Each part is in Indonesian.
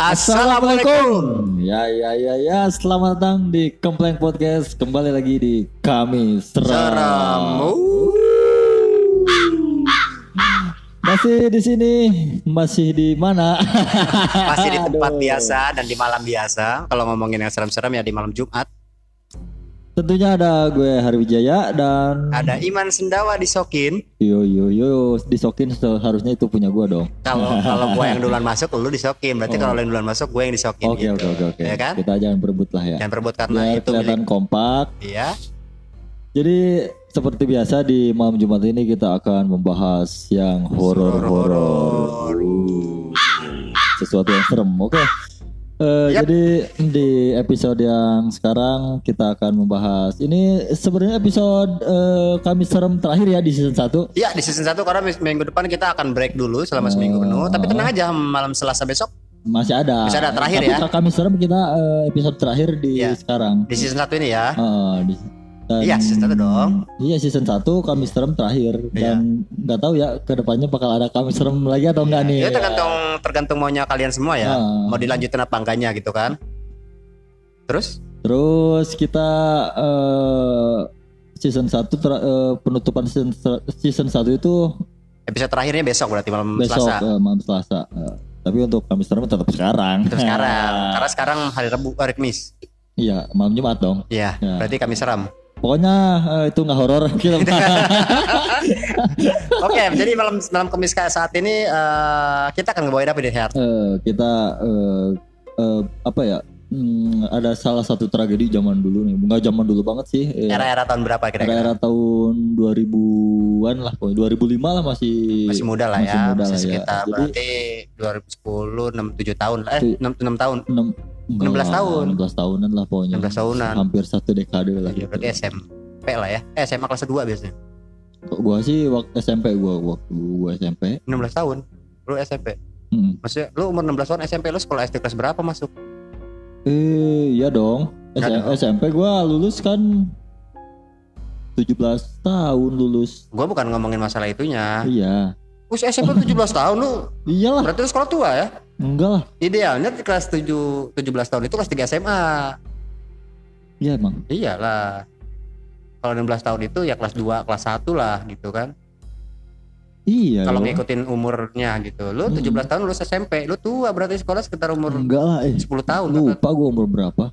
Assalamualaikum. Ya, selamat datang di Kempleng Podcast. Kembali lagi di kami Seram. Masih di sini, masih di mana? Masih di tempat biasa dan di malam biasa. Kalau ngomongin yang seram-seram ya di malam Jumat. Tentunya ada gue Harwijaya dan ada Iman Sendawa disokin. Yo, disokin harusnya itu punya gue dong. Kalau gue yang duluan masuk, lu disokin. Berarti kalau lu yang duluan masuk, gue yang disokin. Oke. Ya kan? Kita jangan berebut lah ya. Jangan berebut karena biar itu kelihatan kompak. Iya. Jadi seperti biasa di malam Jumat ini kita akan membahas yang horor. Sesuatu yang serem. Oke. Jadi di episode yang sekarang kita akan membahas ini sebenarnya episode kami serem terakhir ya di season 1. Iya, di season 1 karena minggu depan kita akan break dulu selama seminggu penuh. Tapi tenang aja, malam Selasa besok masih ada terakhir. Tapi ya. Kami serem kita episode terakhir di sekarang. Di season 1 ini ya. Iya season 1 dong. Iya season 1 kami serem terakhir. Dan gak tahu ya kedepannya bakal ada kami serem lagi atau enggak nih. Ya tergantung maunya kalian semua ya. Mau dilanjutin apa enggaknya gitu kan. Terus kita season 1 penutupan season 1 itu episode terakhirnya besok berarti malam Selasa. Tapi untuk kami serem tetap sekarang. Karena sekarang hari Rabu, hari Kamis. Iya, malam Jumat dong. Iya, berarti kami seram. Pokoknya itu nggak horor. Oke, jadi malam Kamis kayak saat ini kita akan ngebawain apa nih, Her? Kita apa ya? Ada salah satu tragedi zaman dulu nih. Nggak zaman dulu banget sih. Era-era tahun berapa kira-kira? Era tahun 2000-an lah, pokoknya 2005 lah masih muda lah ya. Masih sekitar ya. berarti 2010 7 tahun. 6 tahun. 16 tahunan lah pokoknya. 16 tahunan. Hampir satu dekade lah. Iya, berarti SMP lah ya. SMA kelas 2 biasanya. Kok gua sih waktu SMP waktu gua SMP. 16 tahun. Lu SMP. Maksudnya lu umur 16 tahun SMP, lu sekolah SD kelas berapa masuk? Iya dong. SMP gua lulus kan 17 tahun lulus. Gua bukan ngomongin masalah itunya. Iya. SMP 17 tahun lu. Iyalah. Berarti lu sekolah tua ya? Enggak lah. Idealnya di kelas 17 tahun itu kelas 3 SMA. Iya emang. Iyalah. Kalau 16 tahun itu ya kelas 2, kelas 1 lah gitu kan. Iya. Kalau ngikutin umurnya gitu. Lu 17 tahun lulus SMP, lu tua berarti sekolah sekitar umur enggak lah, 10 tahun. Lupa gue umur berapa.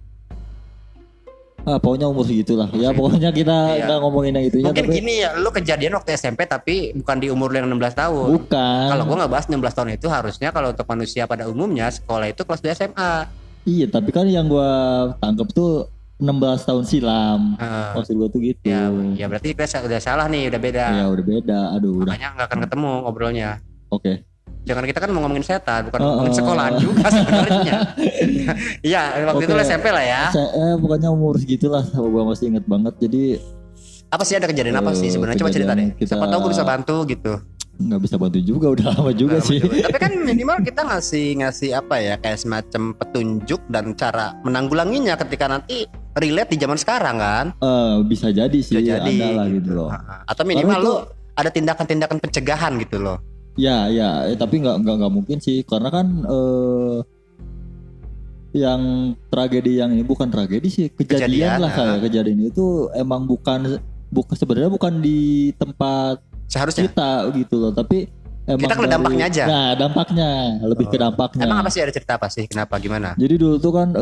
Pokoknya umur segitulah. Ya pokoknya kita nggak ngomongin yang itunya. Mungkin gini ya, lu kejadian waktu SMP tapi bukan di umur yang 16 tahun. Bukan. Kalau gua nggak bahas 16 tahun itu harusnya kalau untuk manusia pada umumnya sekolah itu kelas 2 SMA. Iya, tapi kan yang gua tangkep tuh 16 tahun silam. Maksud gua tuh gitu. Ya berarti kita udah salah nih, udah beda. Ya udah beda. Aduh, makanya nggak akan ketemu ngobrolnya. Oke. Jangan, kita kan mau ngomongin setan, bukan ngomongin sekolahan juga sebenarnya. Iya, waktu itu SMP lah ya. Pokoknya umur segitulah, gua masih inget banget. Jadi apa sih, ada kejadian apa sih sebenarnya? Coba cerita deh. Siapa tahu gua bisa bantu gitu. Nggak bisa bantu juga, udah lama juga sih. Tapi kan minimal kita ngasih apa ya, kayak semacam petunjuk dan cara menanggulanginya ketika nanti relate di zaman sekarang kan. Bisa jadi sih, ada lah gitu loh. Atau minimal lu ada tindakan-tindakan pencegahan gitu loh. Ya, tapi nggak mungkin sih, karena kan yang tragedi yang ini bukan tragedi sih, kejadian lah kayak kejadian itu emang bukan sebenarnya bukan di tempat seharusnya kita gitu loh, tapi emang kita kena dampaknya aja. Nah, dampaknya lebih ke dampaknya. Emang apa sih, ada cerita apa sih, kenapa, gimana? Jadi dulu tuh kan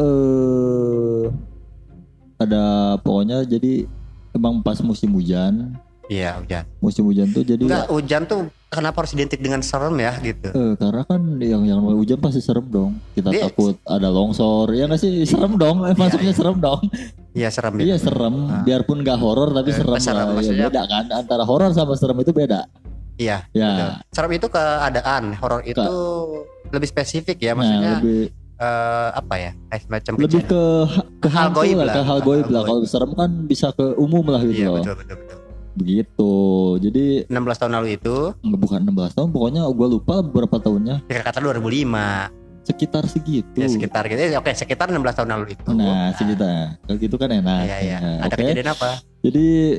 ada pokoknya jadi emang pas musim hujan. Iya, hujan. Musim hujan tuh jadi hujan tuh kenapa harus identik dengan serem ya gitu? Karena kan yang hujan pasti serem dong. Kita takut ada longsor. Ya nggak sih, serem dong. Masuknya serem dong. Iya, serem. Iya, serem. Biarpun nggak horor tapi serem lah. Ya, beda kan, antara horor sama serem itu beda. Iya. Ya. Betul. Serem itu keadaan, horor itu lebih spesifik ya, maksudnya. Lebih apa ya, kayak semacam lebih ke hal goib lah. Ke hal goib lah. Kalau serem kan bisa ke umum lah gitu. Iya, betul. Begitu. Jadi 16 tahun lalu itu, bukan 16 tahun, pokoknya gue lupa berapa tahunnya. Kata 2005. Sekitar segitu. Ya sekitar gitu. Oke, sekitar 16 tahun lalu itu. Nah, sekitar. Kalau gitu kan enak. Iya. Ada kejadian apa? Jadi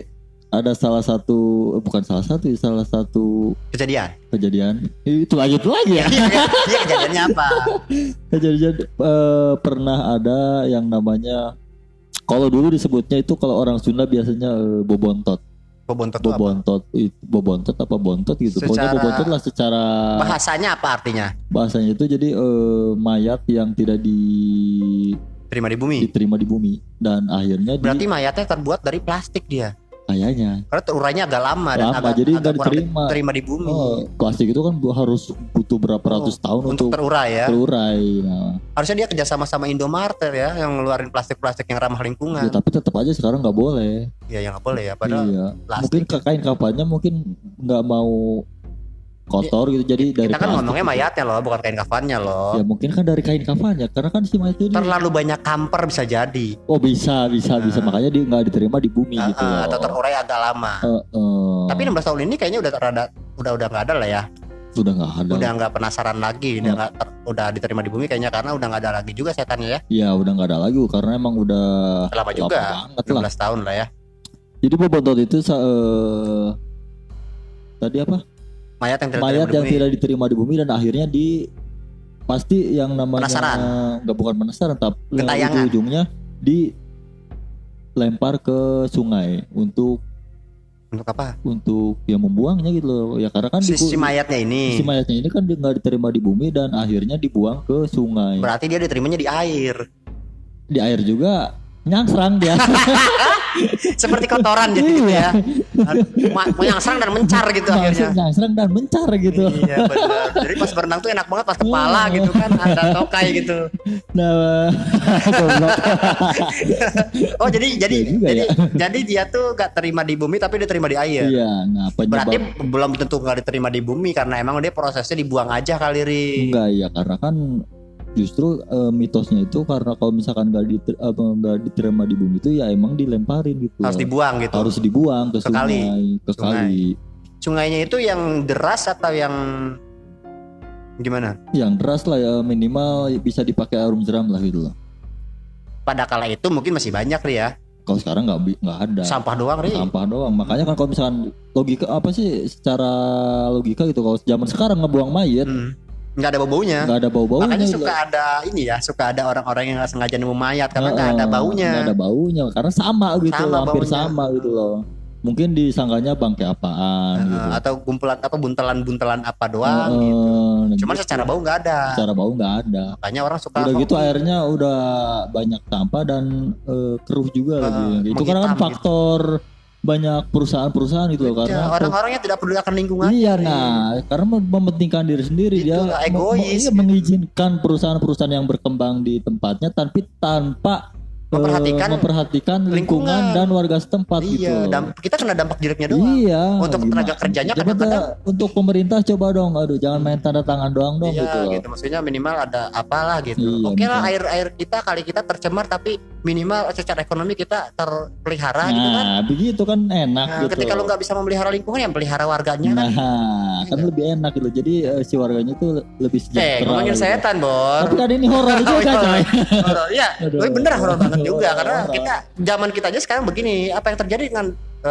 ada salah satu salah satu Kejadian. itu lagi ya. Iya, kejadiannya apa? Kejadian pernah ada yang namanya, kalau dulu disebutnya itu, kalau orang Sunda biasanya bobontot. Bobontot itu apa? Bobontot apa bontot gitu. Pokoknya Secara- bobontot lah secara Bahasanya apa artinya? bahasanya itu, jadi mayat yang tidak Terima di bumi. diterima di bumi, dan akhirnya Berarti mayatnya terbuat dari plastik dia. kayaknya Karena terurainya agak lama dan agak, jadi agak nggak kurang diterima. terima di bumi. Plastik itu kan harus butuh berapa ratus tahun untuk untuk terurai ya. terurai. Nah, Harusnya dia kerjasama sama Indomarter ya, yang ngeluarin plastik-plastik yang ramah ya, lingkungan. tapi tetap aja sekarang nggak boleh. Ya yang nggak boleh ya, padahal Iya. plastik. Mungkin kain kafannya mungkin nggak mau kotor gitu, jadi dari kita kan plastik ngomongnya gitu. mayatnya loh, bukan kain kafannya loh. Ya mungkin kan dari kain kafannya, karena kan si mayat itu Terlalu banyak kamper bisa jadi. oh bisa makanya dia nggak diterima di bumi gitu loh. Atau terurai agak lama. Tapi 16 tahun ini kayaknya udah nggak ada lah ya. Sudah nggak ada. Udah nggak penasaran lagi, udah diterima di bumi kayaknya, karena udah nggak ada lagi juga setannya ya. Ya udah nggak ada lagi, karena emang udah Lama juga, banget lah. 16 tahun lah ya. Jadi bobontot itu tadi apa? Mayat yang tidak Mayat diterima di yang bumi. tidak diterima di bumi, dan akhirnya pasti yang namanya Penasaran. nggak, bukan penasaran, tapi Gentayangan. ujungnya dilempar ke sungai untuk Untuk apa? ya membuangnya gitu loh. Ya karena kan Si mayatnya ini. si mayatnya ini kan nggak diterima di bumi, dan akhirnya dibuang ke sungai. Berarti dia diterimanya di air. Di air juga nyangsrang dia. Seperti kotoran gitu ya. Menyangsrang dan mencar gitu akhirnya. Nyangsrang dan mencar gitu. Iya benar. Jadi pas berenang tuh enak banget pas kepala gitu kan, ada tokai gitu. Nah, goblok. Oh jadi juga ya. jadi dia tuh gak terima di bumi tapi diterima di air. Iya, nah penyebab Berarti belum tentu gak diterima di bumi, karena emang dia prosesnya dibuang aja kali Ri. enggak ya, karena kan justru mitosnya itu, karena kalau misalkan nggak diterima di bumi itu ya emang dilemparin gitu. Harus dibuang gitu. Harus dibuang ke Sekali. sungai, ke kali. Sungainya itu yang deras atau yang gimana? Yang deras lah ya, minimal bisa dipakai arum jeram lah gitu loh. Pada kala itu mungkin masih banyak Ri ya. Kalau sekarang nggak ada. Sampah doang Ri. Sampah doang. Makanya kan kalau misalkan logika apa sih, secara logika gitu, kalau zaman sekarang ngebuang mayat Nggak ada bau-baunya. nggak ada bau-baunya. Makanya gitu. suka ada ini ya, suka ada orang-orang yang nggak sengaja nemu mayat karena nggak ada baunya. Nggak ada baunya, karena sama gitu Sama loh, hampir baunya. sama gitu loh. Mungkin disangkanya bangke apaan gitu. Atau kumpulan apa buntelan-buntelan apa doang gitu. Cuman secara bau nggak ada. Secara bau nggak ada. Makanya orang suka Udah gitu hoki. airnya udah banyak sampah dan keruh juga lagi. Itu karena kan menghitam faktor banyak perusahaan-perusahaan gitu loh, Ya, karena orang-orangnya tidak peduli akan lingkungan. iya, nah karena mementingkan diri sendiri, dia Itulah, egois. mengizinkan perusahaan-perusahaan yang berkembang di tempatnya tanpa memperhatikan lingkungan dan warga setempat gitu. Iya, kita kena dampak jeleknya doang. Iya. Untuk tenaga kerjanya Coba kadang-kadang untuk pemerintah coba dong, aduh jangan main tanda tangan doang dong gitu iya loh. gitu, maksudnya minimal ada apalah gitu. Iya, Oke lah, misalnya. air kita kali kita tercemar tapi minimal secara ekonomi kita terpelihara gitu kan. Nah, begitu kan enak Nah, gitu. ketika lu nggak bisa memelihara lingkungan, yang pelihara warganya kan. Nah, kan lebih enak gitu. Jadi si warganya tuh lebih sejahtera. Ngomongin gitu. setan, Bor. Tapi kan ini horor juga coy. Horor. Iya, Aduh. tapi bener horor banget juga Horor. karena zaman kita aja sekarang begini, apa yang terjadi dengan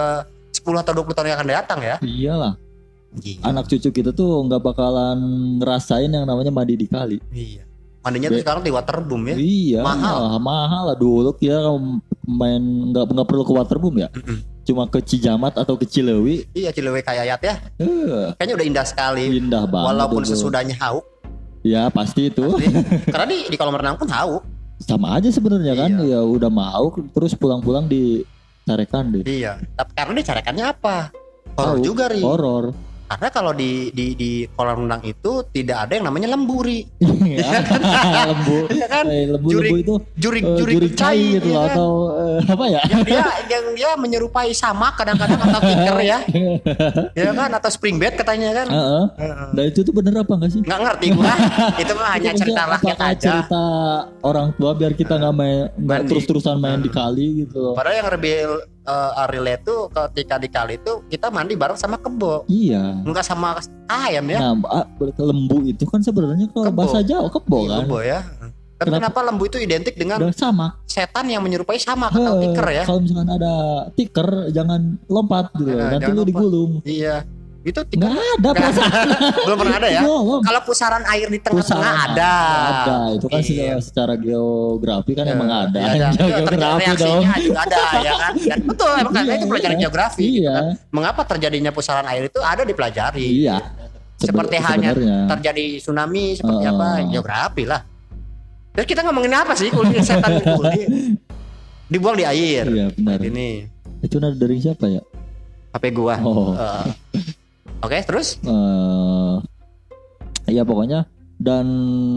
10 atau 20 tahun yang akan datang ya? Iyalah, Gila. anak cucu kita tuh nggak bakalan ngerasain yang namanya mandi di kali. Iya. Mandinya tuh sekarang di waterboom ya. Iya, mahal lah dulu kira main nggak perlu ke waterboom ya. Cuma ke Cijamat atau ke Cilewi. Iya, Cilewe Kayayat ya. Kayaknya udah indah sekali. Indah banget. Walaupun itu. sesudahnya hauk. Ya pasti itu. Karena di kolam renang pun hauk. Sama aja sebenarnya kan. Iya. Ya udah mau terus pulang-pulang dicarekan deh. Iya. Tapi karena dicarekannya apa? Horor Tahu, juga Ri. Horor. Karena kalau di kolam renang itu tidak ada yang namanya lemburi. Lembu. Iya kan? Lembu itu Juri cai gitu iya loh, kan? atau apa ya? yang dia menyerupai samak kadang-kadang atau kicker ya. Ya kan, atau spring bed katanya kan. Heeh. Nah itu tuh bener apa enggak sih? Nggak ngerti gua. Itu mah hanya Itu cerita maksudnya rakyat apakah aja. cerita orang tua biar kita nggak Mandi. terus-terusan main di kali gitu loh. Padahal yang lebih relate tuh ketika di kali itu kita mandi bareng sama kebo, Iya. enggak sama ayam ya. Nah, lembu itu kan sebenarnya kalau Kebo. bahasa Jawa kebo Iya, kan. kebo ya. Tapi kenapa lembu itu identik dengan Udah sama. setan yang menyerupai samak atau tiker ya? Kalau misalkan ada tiker jangan lompat gitu. Nanti jangan lu lompat. digulung. Iya. Itu tiker. Nggak ada perasaan. Belum pernah ada ya? Belum. Kalau pusaran air di tengah-tengah Pusaran ada. Ada. Itu kan Iya. secara geografi kan emang ada. Iya, ada. Geografi dong. Reaksinya juga ada ya kan? Dan betul emang karena Iya, itu pelajaran iya. geografi. Iya. Gitu kan? Mengapa terjadinya pusaran air itu ada dipelajari. Iya. Seperti halnya Sebenarnya. terjadi tsunami seperti apa geografi lah. Terus kita ngomongin apa sih kulit setan kulit? Dibuang di air. Iya benar. Ini Itu nada dari siapa ya? HP gua. Oh. Oke, terus? Ya pokoknya dan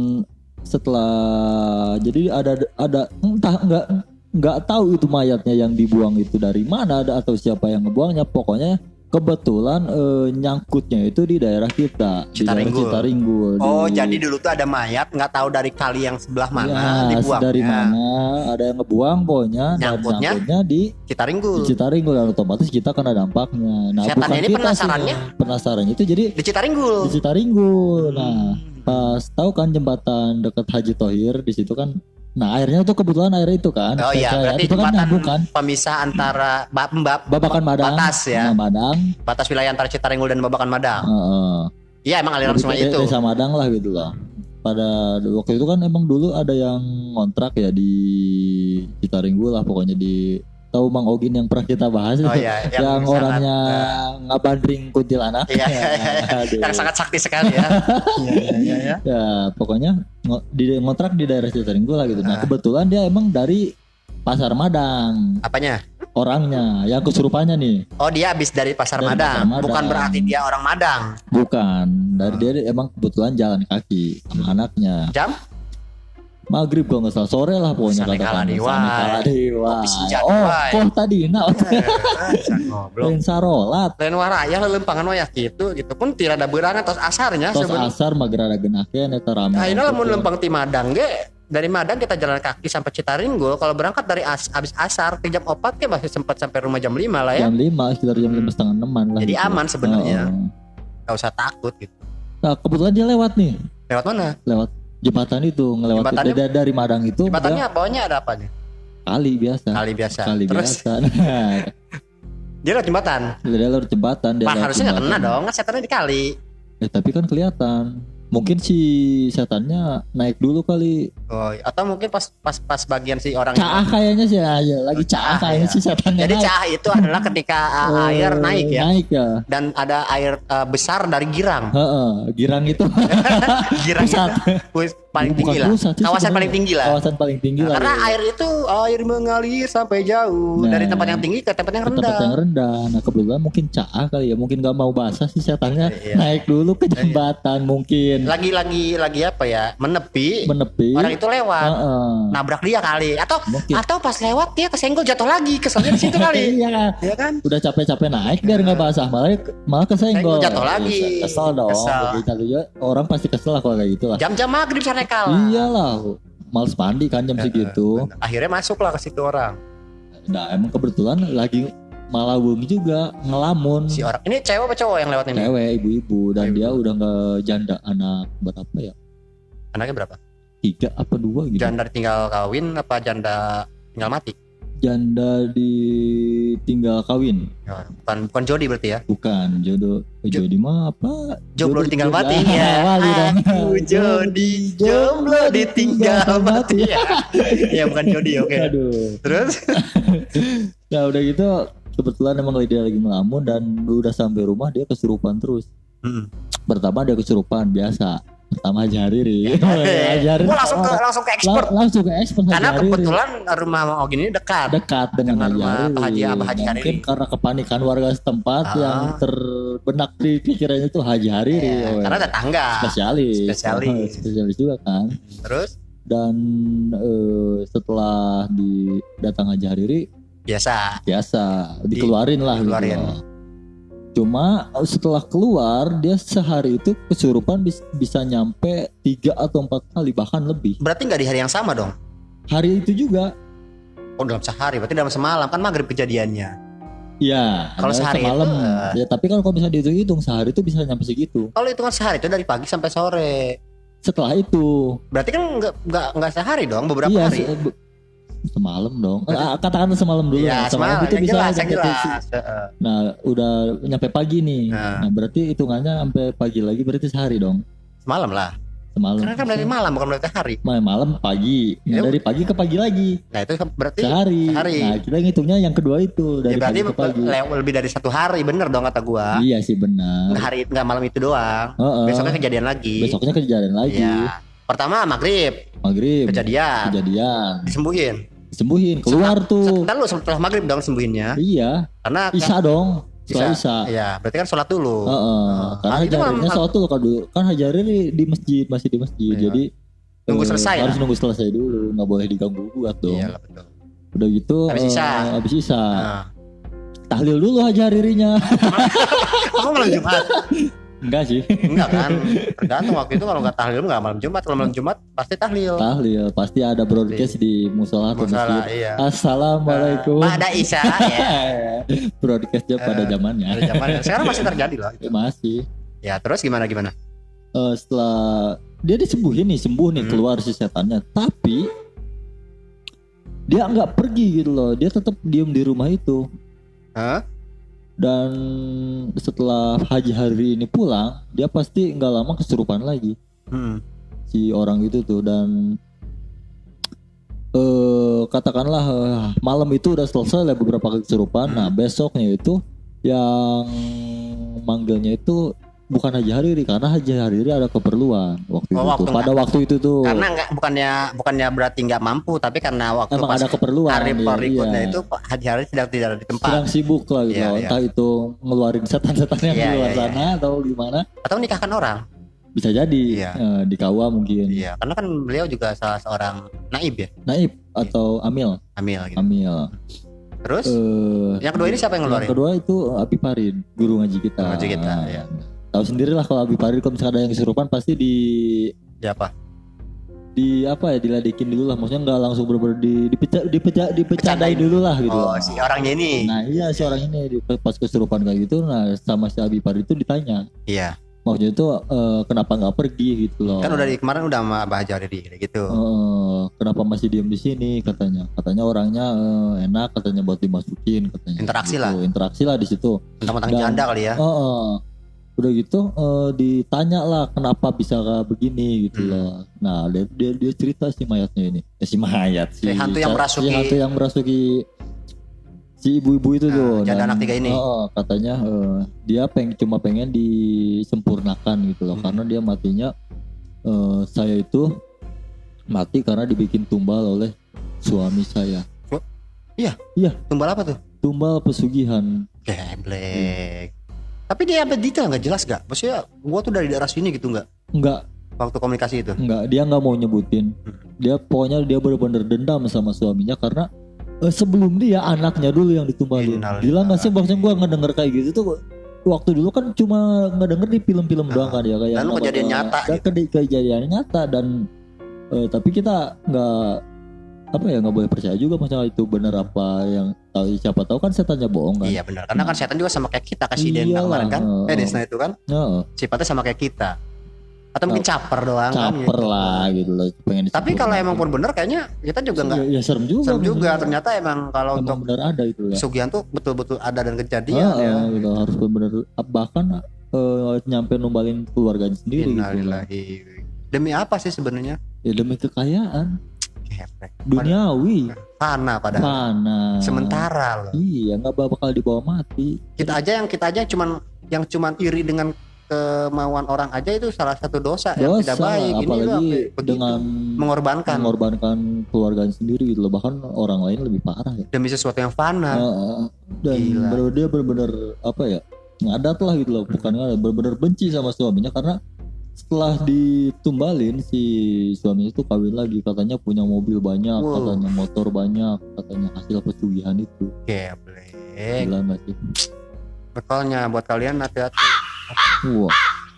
setelah jadi ada entah nggak tahu itu mayatnya yang dibuang itu dari mana atau siapa yang ngebuangnya, pokoknya kebetulan nyangkutnya itu di daerah kita di daerah Citaringgul. Oh jadi dulu tuh ada mayat nggak tahu dari kali yang sebelah mana dibuang dari mana ada yang ngebuang pokoknya nyangkutnya di Citaringgul. Dan otomatis kita kena dampaknya. Nah setannya ini penasarannya itu jadi di Citaringgul. Nah pas tahu kan jembatan dekat Haji Thohir di situ kan. Nah airnya tuh kebetulan air itu kan. Oh iya berarti itu jembatan kan pemisah antara Babakan Madang. Batas ya. Madang. Batas wilayah antara Citaringgul dan Babakan Madang. Iya emang aliran sungai itu. Desa Madang lah gitu lah. Pada waktu itu kan emang dulu ada yang ngontrak ya di Citaringgul lah pokoknya di tahu Mang Ogin yang pernah kita bahas oh, iya, yang orangnya ngabandring kuntilanak. Iya. Yang sangat sakti sekali ya. Iya. Ya pokoknya ngontrak di daerah Citaringgul lah gitu. Nah kebetulan dia emang dari Pasar Madang. Apanya? Orangnya yang kesurupannya nih. Oh dia habis dari Pasar Madang. Bukan berarti dia orang Madang. Bukan. Dari dia emang kebetulan jalan kaki sama anaknya. Jam? Maghrib kalau nggak salah sore lah pokoknya katakan. Sanekala dewa. Oh tadi lain sarolat. Lain waraya lempangan wayah gitu pun tidak ada berangan tos asarnya tos asar mager ada genakeun eta rame. Nah ini lamun lempang ti Madang ge dari Madang kita jalan kaki sampai Citaringgul. Kalau berangkat dari abis asar ke jam 4 ke masih sempat sampai rumah jam 5 lah ya. Jam 5 sekitar jam 5:30 lah. Jadi gitu. aman sebenarnya. Gak usah takut gitu. Nah kebetulan dia lewat nih. Lewat mana? Lewat jembatan itu ngelewat dari Madang itu. Jembatannya bawahnya ada apanya? Kali biasa. Terus? Biasa. Dia lewat jembatan. Dia lewat jembatan. Harusnya nggak kena dong, kan setannya di kali. Tapi kan kelihatan. Mungkin si setannya naik dulu kali. Oh, atau mungkin pas bagian si orang caah kayaknya sih aja lagi caah kayaknya si setannya. Jadi caah itu adalah ketika air naik ya. Naik ya. Dan ada air besar dari girang. Girang itu. Girang itu paling tinggi lah. Kawasan paling tinggi lah. Kawasan paling tinggi lah. Karena air itu air mengalir sampai jauh dari tempat yang tinggi ke tempat yang rendah. Tempat yang rendah. Nah kebetulan mungkin caah kali ya. Mungkin gak mau basah si setannya. Naik dulu ke jembatan mungkin. Lagi apa ya? Menepi. Orang itu lewat. Nabrak dia kali. Atau pas lewat dia kesenggol jatuh lagi. Keselnya di situ kali. Iya kan? Udah capek-capek naik biar gak basah. Malah kesenggol. Jatuh lagi. Kesel dong. Orang pasti kesel lah kalau kayak gitu lah. Jam-jam maghrib sana kalah. Iyalah. Males mandi kan jam segitu. Akhirnya masuklah ke situ orang. Nah emang kebetulan lagi malah wengi juga ngelamun. Si orang ini cewek apa cowok yang lewat ini? Cewek, ibu-ibu dan dia udah nggak janda anak berapa ya? Anaknya berapa? 3 apa 2 gitu. Janda tinggal kawin apa janda tinggal mati? Janda ditinggal kawin. Ya, bukan jodi berarti ya? Bukan jodoh. Jodi mah apa? Jomblo ditinggal mati ya. Aku jodi jomblo ditinggal mati ya. Ya bukan jodi oke. Aduh. Terus? Nah udah gitu kebetulan emang dia lagi melamun dan udah sampai rumah dia kesurupan terus. Pertama dia kesurupan biasa. Pertama Haji Hariri. Langsung ke expert. Langsung ke expert. Karena kebetulan rumah Mang Ogin ini dekat dengan Haji Hariri. Mungkin karena kepanikan warga setempat yang terbenak di pikirannya itu Haji Hariri. Karena tetangga. Spesialis juga kan. Terus? Dan setelah datang Haji Hariri biasa dikeluarin lah gitu. Cuma setelah keluar dia sehari itu kesurupan bisa nyampe 3 atau 4 kali bahkan lebih. Berarti nggak di hari yang sama dong? Hari itu juga. Oh dalam sehari, berarti dalam semalam kan maghrib kejadiannya. Iya. Kalau sehari semalam. Itu ya tapi kalau bisa dihitung sehari itu bisa nyampe segitu. Kalau hitungan sehari itu dari pagi sampai sore. setelah itu. Berarti kan nggak sehari dong, beberapa hari. Semalam dong. Katakan semalam dulu. Ya, semalam itu bisa jelas. Nah, udah nyampe pagi nih. Nah, berarti hitungannya sampai pagi lagi berarti sehari dong. Semalam lah. Semalam. Karena kan berarti malam bukan berarti hari. Malam pagi. Nah, dari pagi ke pagi lagi. Nah, itu berarti sehari. Nah, kita ngitungnya yang kedua itu dari berarti pagi ke pagi. Lebih dari 1 hari, bener dong kata gua. Iya sih benar. Nggak malam itu doang. Besoknya kejadian lagi. Ya. Pertama maghrib. Kejadian. Disembuhin. Keluar tuh. Setelah maghrib dong sembuhinnya. Iya. Karena Isya dong. Isya. Iya, berarti kan sholat dulu. Karena Hajarirnya sholat dulu kan Hajarir di masjid, masih di masjid. Iya. Jadi nunggu selesai. Harus nunggu selesai dulu, nggak boleh diganggu gugat dong. Iya, betul. Udah gitu habis Isya. Tahlil dulu Hajaririnya. Kamu malam Jumat? Enggak sih. Enggak kan? Tergantung waktu itu kalau nggak tahlil nggak malam Jumat. Kalau malam Jumat pasti tahlil. Pasti ada broadcast di musola atau masjid. Iya. Assalamualaikum. Pada Isya ya. Broadcastnya pada zamannya. Sekarang masih terjadi loh. Masih. Ya terus gimana? Setelah dia sembuh nih keluar si setannya. Tapi dia nggak pergi gitu loh. Dia tetap diem di rumah itu. Dan setelah Haji hari ini pulang, dia pasti nggak lama kesurupan lagi. Si orang itu tuh. Dan katakanlah malam itu udah selesai lah beberapa kali kesurupan. Nah besoknya itu yang manggilnya itu bukan Haji Hariri, karena Haji Hariri ada keperluan waktu itu tuh. Karena bukannya berarti nggak mampu, tapi karena waktu emang ada keperluan. Hari berikutnya itu Haji Hariri sedang tidak ada di tempat. Sedang sibuk lah gitu. Entah itu ngeluarin setan-setan yang di luar sana atau gimana. Atau nikahkan orang. Bisa jadi. Di KUA mungkin. Iya, karena kan beliau juga salah seorang naib ya. Naib atau amil. Gitu. Amil. Terus yang kedua ini siapa yang ngeluarin? Yang kedua itu Abi Farid, guru ngaji kita. Ya. Tahu sendiri lah kalau Abi Farid kalau misalnya ada yang kesurupan pasti diladekin dulu lah, maksudnya nggak langsung bener-bener dipecadain dulu lah gitu. Si orangnya ini. Nah iya si orang ini pas kesurupan kayak gitu, nah sama si Abi Farid itu ditanya. Iya. Maksudnya itu kenapa nggak pergi gitu loh? Kan kemarin udah sama Mbah Hajariri gitu. Kenapa masih diem di sini katanya? Katanya orangnya enak, katanya buat dimasukin katanya. Interaksi lah di situ. Tentang janda kali ya. Udah gitu ditanya lah kenapa bisa begini gitu loh. Nah dia cerita si mayatnya ini. Si hantu yang merasuki si ibu-ibu itu tuh. Janda anak 3 ini. Katanya dia cuma pengen disempurnakan gitu loh. Karena dia matinya saya itu mati karena dibikin tumbal oleh suami saya. Iya. Tumbal apa tuh? Tumbal pesugihan. Geblek. Tapi dia detail nggak jelas gak? Maksudnya gua tuh dari daerah sini gitu nggak? Nggak. Waktu komunikasi itu? Nggak, dia nggak mau nyebutin. Dia pokoknya dia benar-benar dendam sama suaminya karena sebelum dia anaknya dulu yang ditumbalin. Gila nggak sih? Maksudnya gua ngedenger kayak gitu tuh waktu dulu kan cuma ngedenger di film-film doang kan ya kayak. Dan kejadian nyata. Kejadian nyata dan tapi kita nggak boleh percaya juga masalah itu benar apa yang siapa tahu kan setannya bohong kan. Iya benar, karena kan setan juga sama kayak kita kasih Dena kemarin kan. Desna itu kan. Sifatnya sama kayak kita. Atau mungkin caper doang kan. Caper lah gitu loh. Tapi kalau emang pun benar kayaknya kita juga enggak. Ya serem juga. Ternyata emang kalau untuk benar ada itu ya. Sugihan tuh betul-betul ada dan kejadian ya. Gitu, harus benar bahkan nyampe numbalin keluarganya sendiri gitu. Demi apa sih sebenarnya? Ya demi kekayaan. Duniawi. Fana padahal. Sementara loh. Iya, nggak bakal dibawa mati. Kita aja yang cuman iri dengan kemauan orang aja itu salah satu dosa yang tidak baik. Apalagi dengan mengorbankan keluarganya sendiri gitu loh. Bahkan orang lain lebih parah ya. Demi sesuatu yang fana. Dan dia benar-benar ngadat lah gitu loh. Bukan benar-benar benci sama suaminya karena setelah ditumbalin si suaminya itu kawin lagi, katanya punya mobil banyak, katanya motor banyak, katanya hasil pesugihan itu. Geblek. Gila gak sih? Bekalnya buat kalian hati-hati. Wah.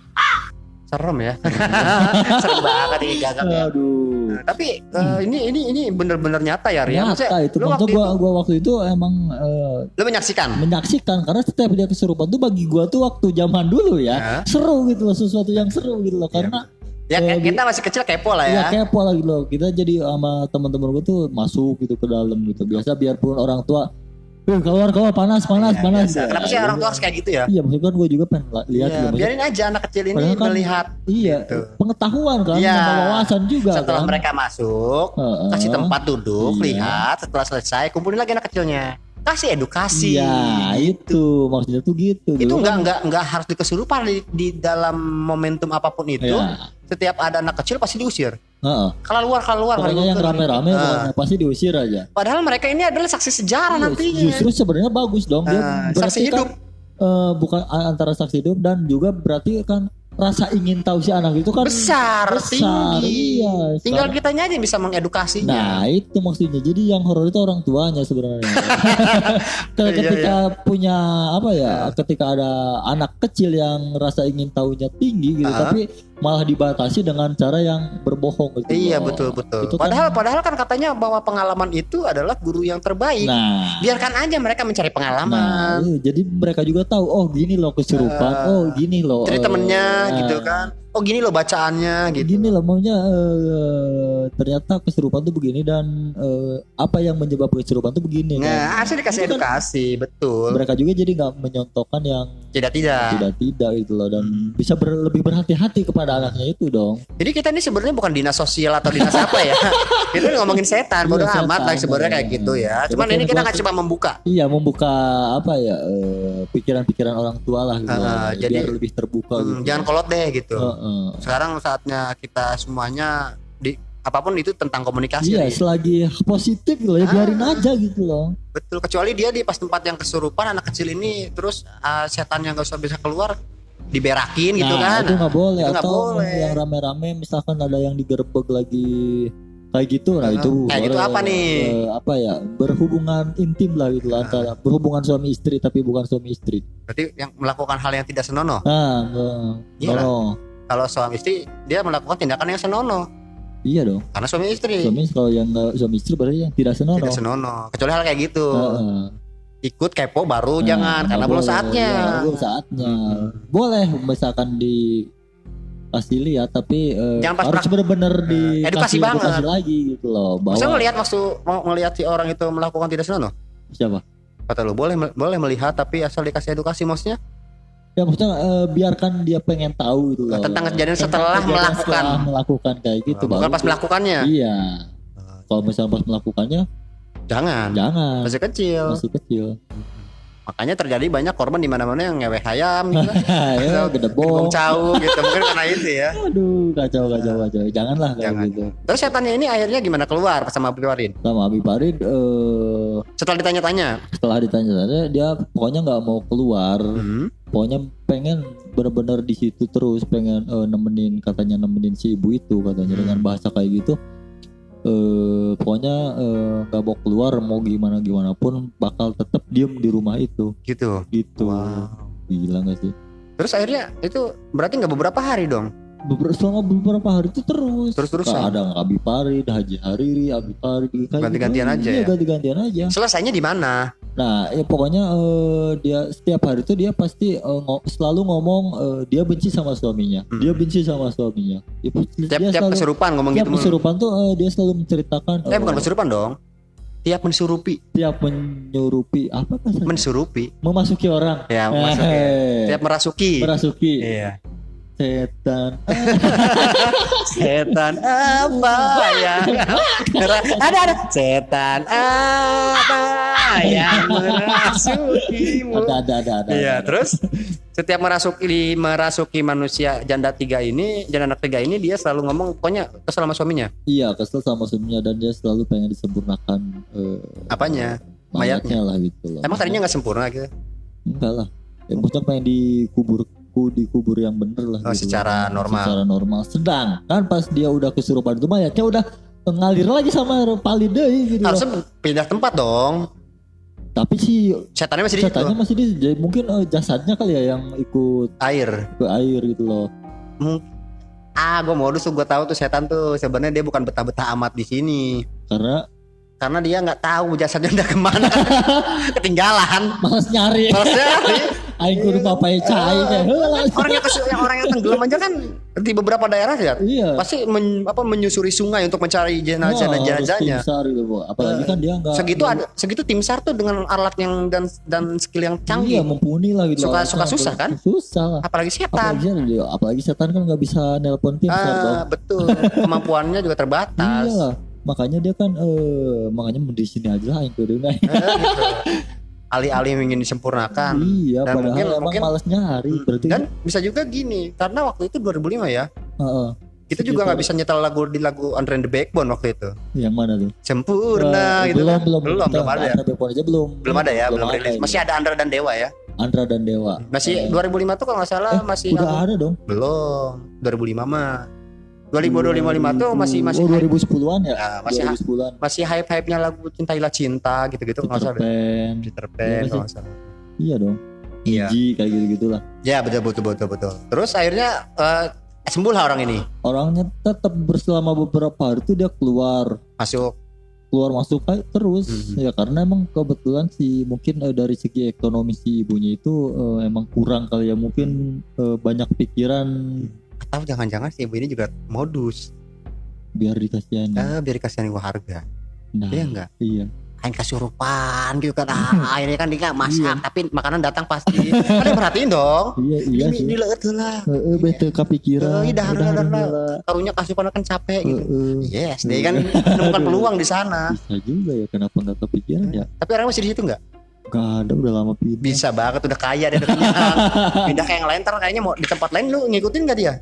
Serem ya. Serem banget ini gagap ya. Aduh. Tapi ini benar-benar nyata ya Rian. Nyata itu. Maksudnya gua waktu itu emang lu menyaksikan karena setiap dia kesurupan tuh bagi gua tuh waktu zaman dulu ya seru gitu loh, sesuatu yang seru gitu loh karena Ya kita masih kecil kepo lah ya. Iya kepo lah gitu loh. Kita jadi sama teman-teman gue tuh masuk gitu ke dalam gitu. Biasa biarpun orang tua keluar panas. Ya. Kenapa sih orang tua harus kayak gitu ya? Iya maksudnya kan gue juga pengen lihat. Ya, biarin aja anak kecil ini kan, melihat. Iya. Gitu. Pengetahuan kan, wawasan juga. Setelah kan? Mereka masuk, kasih tempat duduk, lihat. Setelah selesai, kumpulin lagi anak kecilnya. Kasih edukasi. Iya itu maksudnya tuh gitu. Itu nggak harus dikesurupan di dalam momentum apapun itu. Ya. Setiap ada anak kecil pasti diusir. Kalau keluar. Pokoknya yang rame-rame pasti diusir aja. Padahal mereka ini adalah saksi sejarah nantinya. Justru sebenarnya bagus dong. Dia saksi hidup. Kan, bukan antara saksi hidup dan juga berarti kan rasa ingin tahu si anak itu kan besar tinggi. Iya, tinggal kitanya aja yang bisa mengedukasinya. Nah itu maksudnya. Jadi yang horor itu orang tuanya sebenarnya. Ketika punya apa ya, ketika ada anak kecil yang rasa ingin tahunya tinggi gitu, tapi malah dibatasi dengan cara yang berbohong gitu. Iya betul. Itu padahal kan katanya bahwa pengalaman itu adalah guru yang terbaik. Nah, biarkan aja mereka mencari pengalaman. Nah, jadi mereka juga tahu, oh gini loh kesurupan, oh gini loh. Jadi temennya gitu kan. Oh gini loh bacaannya gitu. Gini loh maunya ternyata kesurupan tuh begini dan apa yang menyebabkan kesurupan tuh begini. Nah, harus dikasih edukasi, betul. Mereka juga jadi nggak menyontohkan yang tidak gitu loh dan bisa lebih berhati-hati kepada anaknya itu dong. Jadi kita ini sebenarnya bukan dinas sosial atau dinas apa ya. Kita ngomongin setan, bodoh amat lah sebenarnya kayak gitu ya. Cuman ini kita nggak cuma membuka. Iya membuka apa ya pikiran-pikiran orang tua lah gitu. Jadi biar lebih terbuka gitu. Jangan kolot deh gitu. Sekarang saatnya kita semuanya apapun itu tentang komunikasi. Iya, selagi positif loh ya biarin aja gitu loh. Betul, kecuali dia di pas tempat yang kesurupan anak kecil ini terus setan yang gak usah bisa keluar diberakin gitu kan. Itu nggak boleh. Itu atau boleh. Yang rame-rame misalkan ada yang digerebek lagi kayak gitu, nah itu kayak gitu apa nih? Apa ya, berhubungan intim lah gitu lah, antara berhubungan suami istri tapi bukan suami istri. Berarti yang melakukan hal yang tidak senonoh. Kalau suami istri dia melakukan tindakan yang senonoh. Iya dong. Karena suami istri. Kalau yang nggak suami istri berarti yang tidak senonoh. Tidak senonoh. Kecuali hal kayak gitu. Ikut kepo baru jangan karena belum saatnya. Ya, belum saatnya. Boleh misalkan kasih lihat tapi harus benar-benar edukasi banget lagi gitu loh. Masa ngelihat si orang itu melakukan tidak senonoh? Siapa? Kata lu boleh melihat tapi asal dikasih edukasi maksudnya? Ya maksudnya biarkan dia pengen tahu gitu loh. Tentang kejadian setelah melakukan kayak gitu. Bukan pas melakukannya. Iya. Kalau misalnya pas melakukannya jangan. Masih kecil. Makanya terjadi banyak korban di mana-mana yang ngeweh ayam gitu. Ya, gedebong cau gitu. Mungkin karena itu ya. Aduh, kacau. Janganlah kayak gitu. Terus setannya ini akhirnya gimana keluar sama Abi Farid? Setelah ditanya-tanya dia pokoknya nggak mau keluar. Pokoknya pengen benar-benar di situ terus, pengen nemenin si ibu itu katanya dengan bahasa kayak gitu. Pokoknya gak mau keluar, mau gimana pun bakal tetap diem di rumah itu. Gitu. Wow. Gila gak sih? Terus akhirnya itu berarti gak beberapa hari dong? Selama beberapa hari itu terus-terusan. Ada Abi Farid, Haji Hariri, Abi Farid ganti-gantian gitu. aja ya? Ganti-gantian aja. Selesainya di mana? Nah ya pokoknya dia setiap hari itu dia pasti selalu ngomong dia benci sama suaminya. Dia benci sama suaminya. Tiap kesurupan ngomong gitu. Tiap kesurupan tuh dia selalu menceritakan. Bukan kesurupan dong. Tiap menyurupi apa bahasa? Mensurupi. Memasuki orang. Ya, memasuki. Tiap merasuki. Iya. Setan apa ya? Ada setan apa yang merasukimu? Ada. Iya, terus setiap merasuki manusia janda anak tiga ini dia selalu ngomong pokoknya kesel sama suaminya. Iya, kesel sama suaminya dan dia selalu pengen disempurnakan apanya? Mayatnya lah gitu loh. Emang tadinya nggak sempurna gitu? Enggak lah. Maksudnya pengen dikubur yang bener lah gitu secara normal. Sedangkan pas dia udah kesurupan itu mayatnya udah ngalir lagi sama palidei gitu. Harusnya pindah tempat dong. Tapi si setannya masih di situ. Mungkin jasadnya kali ya yang ikut ke air gitu loh. Gue modus tuh, gue tahu tuh setan tuh sebenarnya dia bukan betah-betah amat di sini. Karena dia nggak tahu jasadnya udah kemana. Ketinggalan. Males nyari. Aing kudu papai cai teh. Orang yang tenggelam aja kan di beberapa daerah ya. Iya. Pasti menyusuri sungai untuk mencari jenazahnya. Tim SAR gitu, Bu. Apalagi kan dia enggak segitu tim SAR tuh dengan alat yang dan skill yang canggih. Iya, mumpuni lah gitu. Suka susah kan? Susah. Apalagi setan. Apalagi setan kan nggak bisa nelpon tim SAR dong. Betul. Kemampuannya juga terbatas. Iya. Makanya dia kan makanya di sini aja lah yang kudu gitu. Alih-alih ingin disempurnakan. Iya, dan padahal mungkin malas nyari berarti. Dan bisa juga gini, karena waktu itu 2005 ya. Kita juga nggak bisa nyetel lagu Andre and the Backbone waktu itu. Yang mana tuh? Sempurna gitu. Belum ada ya. Backbone aja belum. Belum ada ya, belum rilis. Masih ada Andra dan Dewa ya. Andra dan Dewa. Masih 2005 tuh kalau nggak salah masih udah ada dong. Belum. 2005 mah. 2025 tuh masih 2010-an ya? Nah, masih hype-hype-nya lagu Cintailah Cinta gitu-gitu nggak salah. Peter Pan kalau nggak salah. Iya dong. Iya. Kayak gitu-gitulah. Ya betul. Terus akhirnya sembuh lah orang ini. Orangnya tetap berselama beberapa hari itu dia keluar masuk terus. Ya karena emang kebetulan sih mungkin dari segi ekonomi si ibunya itu emang kurang kali ya, mungkin banyak pikiran. Atau jangan-jangan si ibu ini juga modus biar dikasihani. Biar dikasihani warga. Nah, iya enggak? Iya. Kain kasurupan gitu kan. Akhirnya kan dia masak tapi makanan datang pasti. Kan perhatiin dong. Iya ini leut lah. Bete kepikiran. Dahar karunya kasurupan kan capek gitu. Yes, dia kan menemukan peluang di sana. Bisa juga ya, kenapa enggak kepikiran ya? Tapi orang masih di situ enggak? Gak ada, udah lama pindah. Bisa banget, udah kaya dia udah kenyang. Pindah ke yang lain, ntar kayaknya mau di tempat lain lu ngikutin gak dia?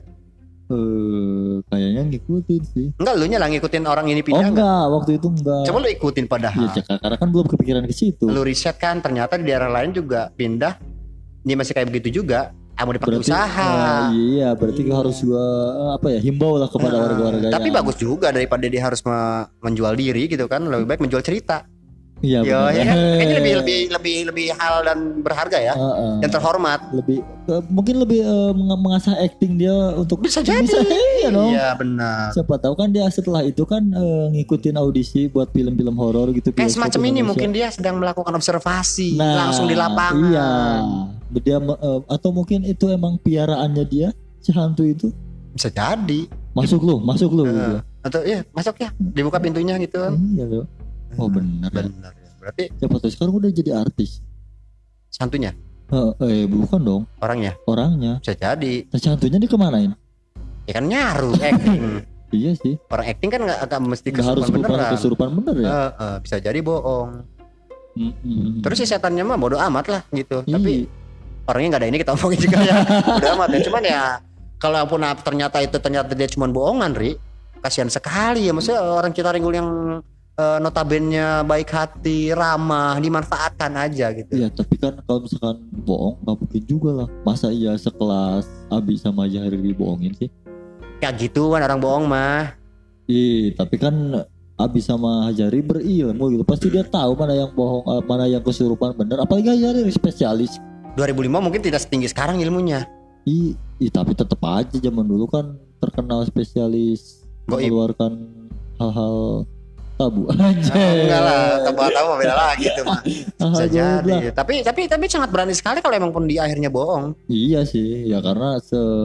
Kayaknya ngikutin sih. Enggak, lu nya lah ngikutin orang ini pindah. Enggak, waktu itu enggak. Coba lu ikutin padahal. Iya, karena kan belum kepikiran ke situ. Lu riset kan, ternyata di daerah lain juga pindah. Dia masih kayak begitu juga. Mau dipakai usaha. Iya, berarti harus gua himbau lah kepada warga-warga. Tapi bagus juga daripada dia harus menjual diri gitu kan. Lebih baik menjual cerita. Iya, kayaknya lebih hal dan berharga ya, dan terhormat. Mungkin lebih mengasah acting dia untuk bisa jadi. Iya dong. Iya benar. Siapa tahu kan dia setelah itu kan ngikutin audisi buat film-film horor gitu. Kayak semacam ini mungkin dia sedang melakukan observasi langsung di lapangan. Iya. Dia atau mungkin itu emang piaraannya dia si hantu itu. Bisa jadi. Masuk lu gitu. Atau masuk ya, dibuka pintunya gitu kan. Iya loh. Oh benar ya. Berarti siapa tuh sekarang udah jadi artis. Santunya? Bukan dong. Orangnya. Bisa jadi. Santunya dikemanain? Ya kan nyaru acting. Iya sih. Orang acting kan gak mesti kesurupan bener ya. Bisa jadi bohong. Terus si setannya mah bodo amat lah gitu. Tapi orangnya gak ada ini kita omongin juga ya. Bodo amat ya. Cuman ya kalaupun ternyata dia cuma bohongan, Ri, kasihan sekali ya. Maksudnya orang Citaringgul yang notabene baik hati, ramah, dimanfaatkan aja gitu. Iya, tapi kan kalau misalkan bohong nggak mungkin juga lah. Masa iya sekelas Abi sama Jahri dibohongin sih? Kayak gitu kan orang bohong mah. Iya, tapi kan Abi sama Jahri berilmu gitu. Pasti dia tahu mana yang bohong, mana yang kesurupan bener. Apalagi Jahri spesialis. 2005 mungkin tidak setinggi sekarang ilmunya. Iya, tapi tetap aja zaman dulu kan terkenal spesialis mengeluarkan hal-hal tabu aja. Enggak lah, tabu beda lagi itu mah. Bisa jadi. Tapi sangat berani sekali kalau emang pun di akhirnya bohong. Iya sih, ya karena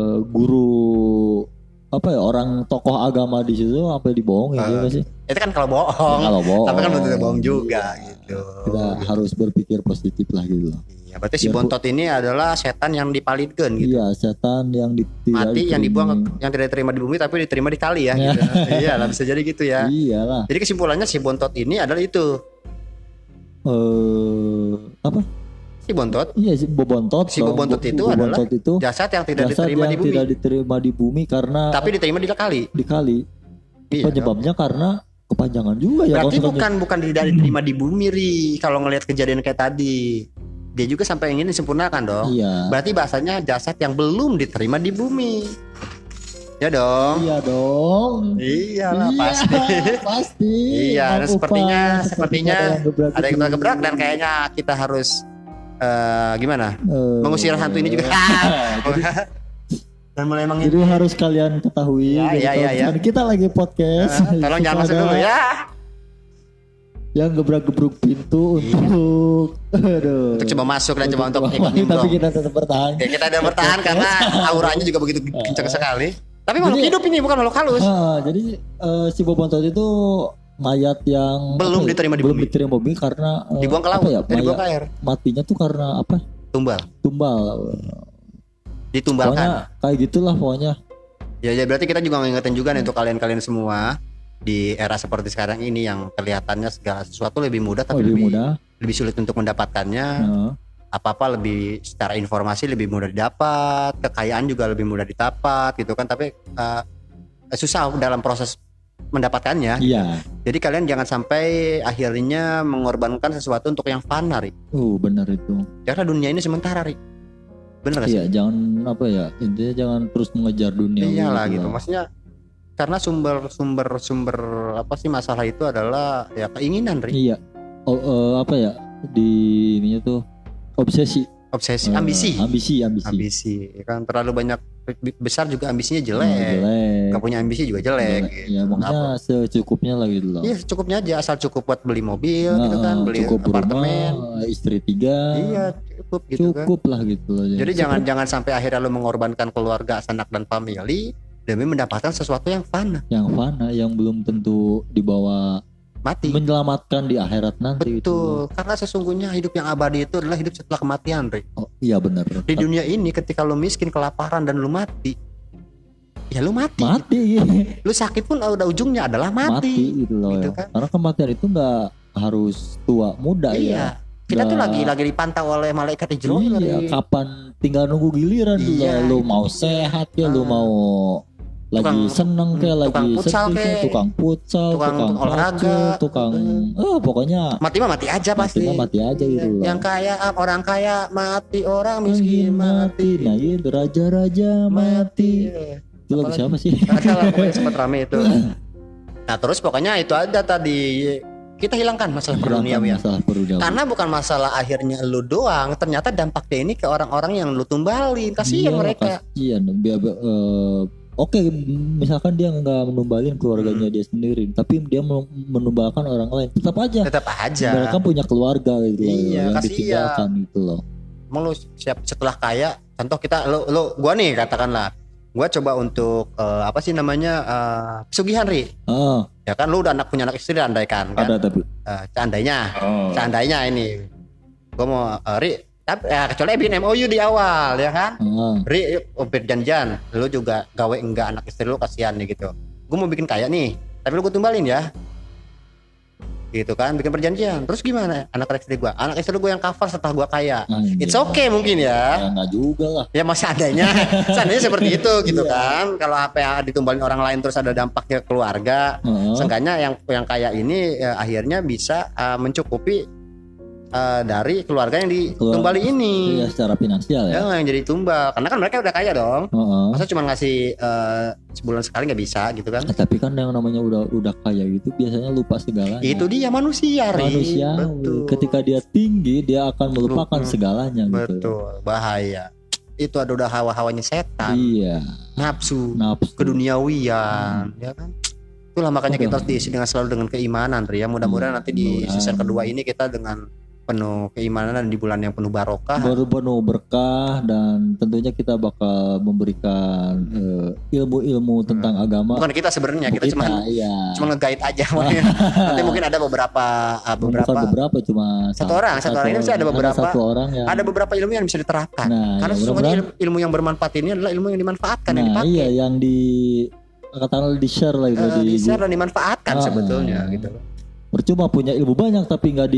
seguru orang tokoh agama di situ sampai dibohongin ya sih. Itu kan kalau bohong. Tapi kan betul bohong juga gitu. Kita harus berpikir positif lah gitu. Iya, berarti si Bontot ini adalah setan yang dipalidkan gitu. Iya, setan yang mati, yang dibuang, yang tidak diterima di bumi tapi diterima di kali ya gitu. Iya lah, bisa jadi gitu ya. Iyalah. Jadi kesimpulannya si Bontot ini adalah itu. Apa? Si Bontot? Iya, si Bobontot. Si Bobontot itu adalah jasad yang tidak diterima di bumi. Karena tapi diterima di kali. Iya, penyebabnya karena kepanjangan juga ya. Berarti bukan tidak diterima di bumi, Ri. Kalau ngelihat kejadian kayak tadi. Dia juga sampai ingin disempurnakan dong. Iya. Berarti bahasanya jasad yang belum diterima di bumi. Ya dong. Iya dong. Iyalah pasti. Iya, dan sepertinya ada yang tergebrak dan kayaknya kita harus gimana? Mengusir hantu ini juga. Dan mulai jadi harus kalian ketahui. Ya. Kita lagi podcast. Tolong jangan masuk dulu ya. yang gebrak-gebruk pintu untuk coba masuk dan coba untuk ikut nimbrong. Tapi kita tetap bertahan. Ya, kita ada bertahan karena auranya juga begitu kencang sekali. Tapi makhluk hidup ini bukan makhluk halus. Jadi si Bobontot itu mayat yang belum diterima di bumi. Diterima bumi karena dibuang ke laut, dibuang ke air. Matinya tuh karena apa? Tumbal. Ditumbalkan. Pokoknya kayak gitulah pokoknya. Ya berarti kita juga ngingetin juga nih untuk kalian semua di era seperti sekarang ini yang kelihatannya segala sesuatu lebih mudah tapi lebih sulit untuk mendapatkannya. Apa-apa lebih secara informasi lebih mudah didapat, kekayaan juga lebih mudah didapat gitu kan, tapi susah dalam proses mendapatkannya. Iya. Jadi kalian jangan sampai akhirnya mengorbankan sesuatu untuk yang fana, Ri. Benar itu. Karena dunia ini sementara, Ri. Benar gak sih? Iya, jangan apa ya, intinya jangan terus mengejar dunia. Iyalah gitu. Maksudnya karena sumber apa sih masalah itu adalah ya keinginan, Ri. Iya. Apa ya, di ininya tuh obsesi, ambisi kan terlalu banyak besar juga ambisinya jelek. Gak punya ambisi juga jelek gitu. Ya makanya secukupnya lah gitu loh. Iya secukupnya aja, asal cukup buat beli mobil gitu kan, beli apartemen, istri 3. Iya cukup gitu cukup kan lah gitu loh. Jadi jangan sampai akhirnya lo mengorbankan keluarga, sanak dan family demi mendapatkan sesuatu yang fana, yang belum tentu dibawa mati, menyelamatkan di akhirat nanti. Betul, karena sesungguhnya hidup yang abadi itu adalah hidup setelah kematian, Ri. Iya benar. Di dunia ini ketika lu miskin, kelaparan dan lu mati, ya lu mati. Lu sakit pun udah ujungnya adalah mati gitu loh. Gitu ya. Kan? Karena kematian itu nggak harus tua muda ya. Kita tuh lagi dipantau oleh malaikat Ijroh. Iya, kapan tinggal nunggu giliran dulu. Lu mau sehat ya, lu mau lagi seneng kayak lagi sedih, tukang futsal, tukang olahraga, pokoknya mati aja pasti. Mati aja gitu. Yang kaya orang kaya mati, orang miskin mati. Nah itu raja mati. Itu lagu siapa sih? Pokoknya sempat rame itu. Nah terus pokoknya itu ada tadi kita hilangkan masalah perduniawian. Karena bukan masalah akhirnya lu doang, ternyata dampaknya ini ke orang-orang yang lu tumbalin. Kasihan mereka. Kasihan. Oke, misalkan dia nggak menumbalin keluarganya dia sendiri, tapi dia menumbalkan orang lain, tetap aja. Mereka punya keluarga gitu yang ditinggalkan gitu loh. Mau lu setelah kaya, contoh kita, gua nih katakanlah, gua coba untuk pesugihan, Ri. Ya kan, lu udah punya anak istri, andaikan kan. Ada tapi. Seandainya ini, gua mau Ri. Tapi kecuali bikin MOU di awal ya kan. Ri berjanjian, lu juga gawe enggak anak istri lu kasihan nih gitu. Gue mau bikin kaya nih, tapi lu gue tumbalin ya. Gitu kan, bikin perjanjian. Terus gimana anak istri gue? Anak istri gue yang cover setelah gue kaya. It's okay mungkin ya. Enggak juga lah. Ya masih seandainya seperti itu gitu kan. Kalau apa yang ditumbalin orang lain terus ada dampaknya keluarga, seenggaknya yang kaya ini akhirnya bisa mencukupi dari keluarga yang ditumbali ini. Iya, secara finansial ya. Yang jadi tumbal, karena kan mereka udah kaya dong. Masa cuma ngasih sebulan sekali nggak bisa gitu kan? Tapi kan yang namanya udah kaya gitu biasanya lupa segalanya. Itu dia manusia. Betul. Ketika dia tinggi dia akan melupakan segalanya. Betul. Bahaya. Itu udah hawa-hawanya setan. Iya. Nafsu. Keduniawian. Ya kan? Itulah makanya kita harus diisi selalu dengan keimanan, Ria. Mudah-mudahan nanti di season kedua ini kita dengan penuh keimanan dan di bulan yang penuh barokah, penuh berkah, dan tentunya kita bakal memberikan ilmu-ilmu tentang agama. Bukan kita sebenarnya, kita cuma nge-guide aja. Nanti mungkin ada beberapa cuma satu orang ini bisa ada beberapa ilmu yang bisa diterapkan. Karena sesungguhnya ilmu yang bermanfaat ini adalah ilmu yang dimanfaatkan, yang dipakai. Iya, yang katakanlah di share lah gitu, di share dan dimanfaatkan sebetulnya gitu. Percuma punya ilmu banyak tapi nggak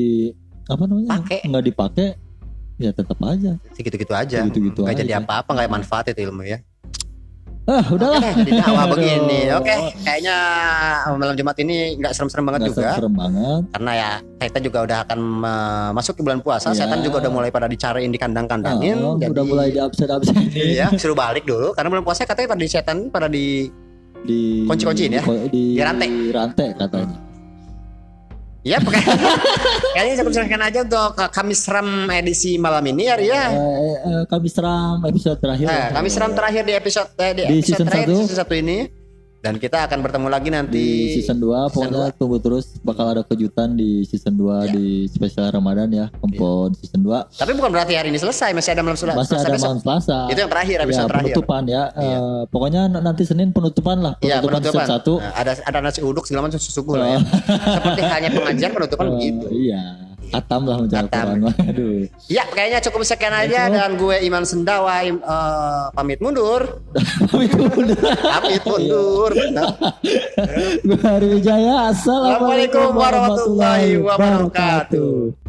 dipakai, ya tetap aja segitu-gitu aja. Nggak jadi apa-apa, nggak manfaat itu ilmu ya. Udahlah. Jadi dakwah begini. Kayaknya malam Jumat ini nggak serem-serem banget juga. Serem banget. Karena ya kita juga udah akan masuk ke bulan puasa. Setan juga udah mulai pada dicariin di kandang-kandangin. Udah mulai di absen. Iya, suruh balik dulu. Karena bulan puasa katanya pada setan pada di kunci-kunciin ya. Di rantai katanya. Ya, kayaknya saya persilakan aja untuk Kamis Ram edisi malam ini ya. Kamis Ram episode terakhir. Kamis Ram terakhir di episode season terakhir, season 1 ini. Dan kita akan bertemu lagi nanti di season 2. Pokoknya tunggu terus, bakal ada kejutan di season 2 di spesial Ramadan ya, Kempot season 2. Tapi bukan berarti hari ini selesai, masih ada malam Selasa. Masih ada malam Selasa. Itu yang terakhir, episode terakhir. Penutupan ya. Pokoknya nanti Senin penutupan lah, penutupan season 1. Nah, ada nasi uduk segala macam susu lah ya. Seperti halnya pengajian penutupan begitu. Iya. Atam lah mencari Quran. Aduh. Ya kayaknya cukup sekian aja dan gue Iman Sendawa pamit mundur. Pamit mundur. Gue Hari Wijaya. Assalamualaikum warahmatullahi wabarakatuh.